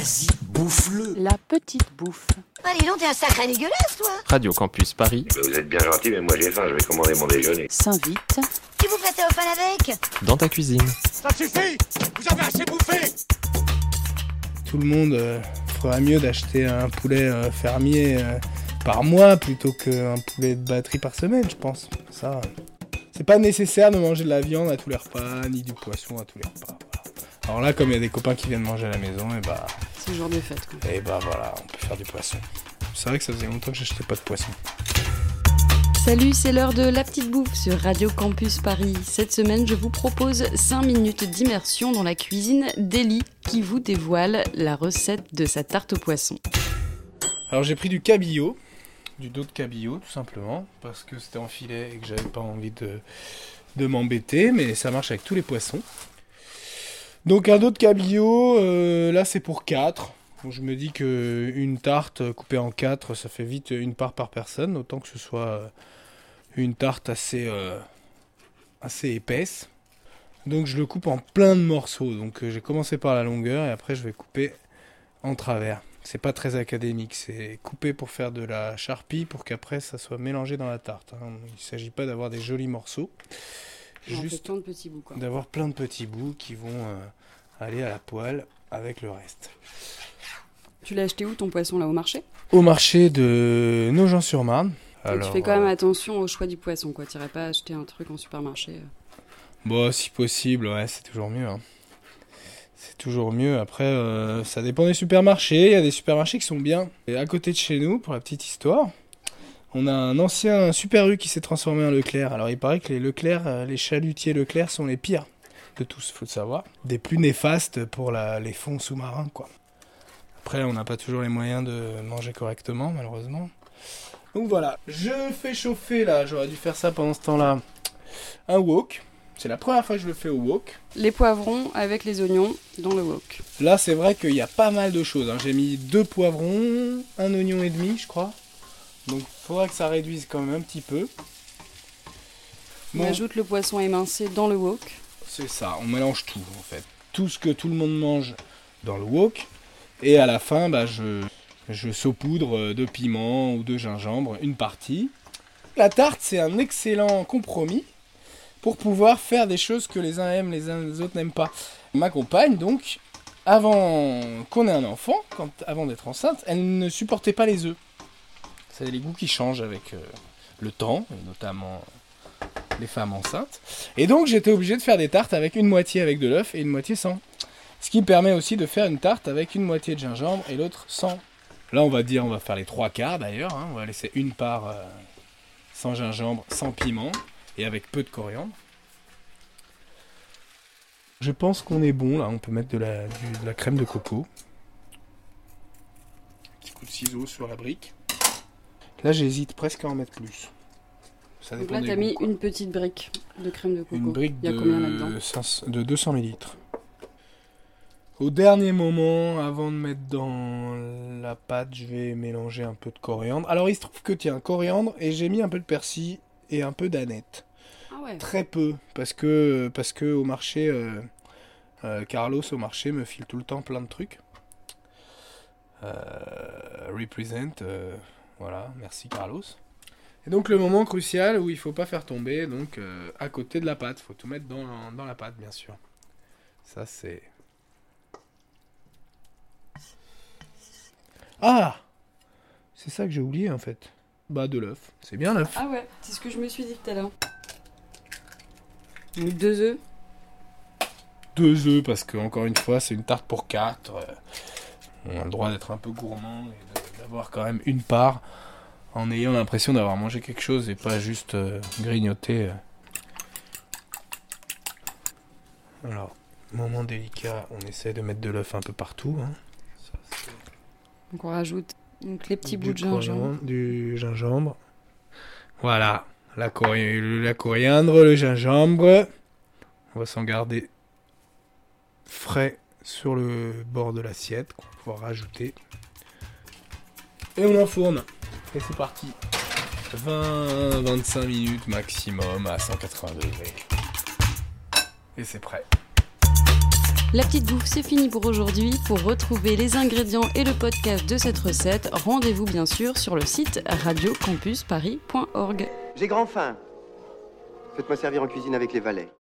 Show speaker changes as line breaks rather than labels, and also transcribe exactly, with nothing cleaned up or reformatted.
Vas-y, bouffe-le.
La petite bouffe.
Allez, non, t'es un sacré dégueulasse, toi.
Radio Campus Paris.
Ben, vous êtes bien gentil, mais moi j'ai faim, je vais commander mon déjeuner.
S'invite.
Tu vous prêtais au fan avec?
Dans ta cuisine.
Ça suffit. Vous avez assez bouffé.
Tout le monde euh, ferait mieux d'acheter un poulet euh, fermier euh, par mois plutôt qu'un poulet de batterie par semaine, je pense. Ça, euh, c'est pas nécessaire de manger de la viande à tous les repas, ni du poisson à tous les repas. Voilà. Alors là, comme il y a des copains qui viennent manger à la maison, et bah...
C'est le jour de fête, quoi.
Et bah voilà, on peut faire du poisson. C'est vrai que ça faisait longtemps que j'achetais pas de poisson.
Salut, c'est l'heure de La Petite Bouffe sur Radio Campus Paris. Cette semaine, je vous propose cinq minutes d'immersion dans la cuisine d'Elie qui vous dévoile la recette de sa tarte au poisson.
Alors j'ai pris du cabillaud, du dos de cabillaud tout simplement, parce que c'était en filet et que j'avais pas envie de, de m'embêter, mais ça marche avec tous les poissons. Donc un dos de cabillaud, euh, là c'est pour quatre. Bon, je me dis qu'une tarte coupée en quatre, ça fait vite une part par personne, autant que ce soit une tarte assez, euh, assez épaisse. Donc je le coupe en plein de morceaux. Donc euh, j'ai commencé par la longueur et après je vais couper en travers. C'est pas très académique, c'est couper pour faire de la charpie pour qu'après ça soit mélangé dans la tarte. Hein. Il ne s'agit pas d'avoir des jolis morceaux, juste
plein de petits bouts, quoi.
D'avoir plein de petits bouts qui vont euh, aller à la poêle avec le reste.
Tu l'as acheté où ton poisson, là, au marché?
Au marché de Nogent-sur-Marne.
Alors, tu fais quand même euh... attention au choix du poisson, quoi. Tu n'irais pas acheter un truc en supermarché. Euh...
Bon, si possible, ouais, c'est toujours mieux. Hein. C'est toujours mieux. Après, euh, ça dépend des supermarchés. Il y a des supermarchés qui sont bien. Et à côté de chez nous, pour la petite histoire, on a un ancien Super U qui s'est transformé en Leclerc. Alors, il paraît que les Leclerc, les chalutiers Leclerc sont les pires de tous, faut le savoir. Des plus néfastes pour la, les fonds sous-marins, quoi. Après, on n'a pas toujours les moyens de manger correctement, malheureusement. Donc voilà, je fais chauffer, là, j'aurais dû faire ça pendant ce temps-là, un wok. C'est la première fois que je le fais au wok.
Les poivrons avec les oignons dans le wok.
Là, c'est vrai qu'il y a pas mal de choses. Hein. J'ai mis deux poivrons, un oignon et demi, je crois. Donc, il faudra que ça réduise quand même un petit peu.
On bon. ajoute le poisson émincé dans le wok.
C'est ça, on mélange tout, en fait. Tout ce que tout le monde mange dans le wok. Et à la fin, bah, je, je saupoudre de piment ou de gingembre une partie. La tarte, c'est un excellent compromis pour pouvoir faire des choses que les uns aiment, les uns les autres n'aiment pas. Ma compagne, donc, avant qu'on ait un enfant, quand, avant d'être enceinte, elle ne supportait pas les œufs. C'est les goûts qui changent avec euh, le temps, et notamment euh, les femmes enceintes. Et donc, j'étais obligé de faire des tartes avec une moitié avec de l'œuf et une moitié sans. Ce qui me permet aussi de faire une tarte avec une moitié de gingembre et l'autre sans. Là, on va dire, on va faire les trois quarts d'ailleurs. Hein. On va laisser une part euh, sans gingembre, sans piment et avec peu de coriandre. Je pense qu'on est bon là. On peut mettre de la, du, de la crème de coco. Un petit coup de ciseau sur la brique. Là, j'hésite presque à en mettre plus. Ça
Donc là, tu as mis quoi. Une petite brique de crème de coco.
Une brique
Il y a
de,
combien là-dedans
de deux cents millilitres. Au dernier moment, avant de mettre dans la pâte, je vais mélanger un peu de coriandre. Alors, il se trouve que, tiens, coriandre, et j'ai mis un peu de persil et un peu d'aneth.
Ah ouais. Très
peu, parce que, parce que au marché, euh, euh, Carlos, au marché, me file tout le temps plein de trucs. Euh, represent, euh, voilà, merci Carlos. Et donc, le moment crucial où il ne faut pas faire tomber, donc, euh, à côté de la pâte. Il faut tout mettre dans, dans la pâte, bien sûr. Ça, c'est... Ah, c'est ça que j'ai oublié en fait. Bah de l'œuf, c'est bien l'œuf.
Ah ouais, c'est ce que je me suis dit tout à l'heure. Donc deux œufs.
Deux œufs parce que encore une fois c'est une tarte pour quatre. On a le droit d'être un peu gourmand et d'avoir quand même une part en ayant l'impression d'avoir mangé quelque chose et pas juste euh, grignoter. Alors, moment délicat, on essaie de mettre de l'œuf un peu partout. Hein.
Donc on rajoute donc les petits
du
bouts de gingembre.
Du gingembre. Voilà. La, cori- la coriandre, le gingembre. On va s'en garder frais sur le bord de l'assiette qu'on va pouvoir rajouter. Et on enfourne. Et c'est parti. vingt à vingt-cinq minutes maximum à cent quatre-vingts degrés. Et c'est prêt.
La petite bouffe, c'est fini pour aujourd'hui. Pour retrouver les ingrédients et le podcast de cette recette, rendez-vous bien sûr sur le site radio campus paris point org.
J'ai grand faim. Faites-moi servir en cuisine avec les valets.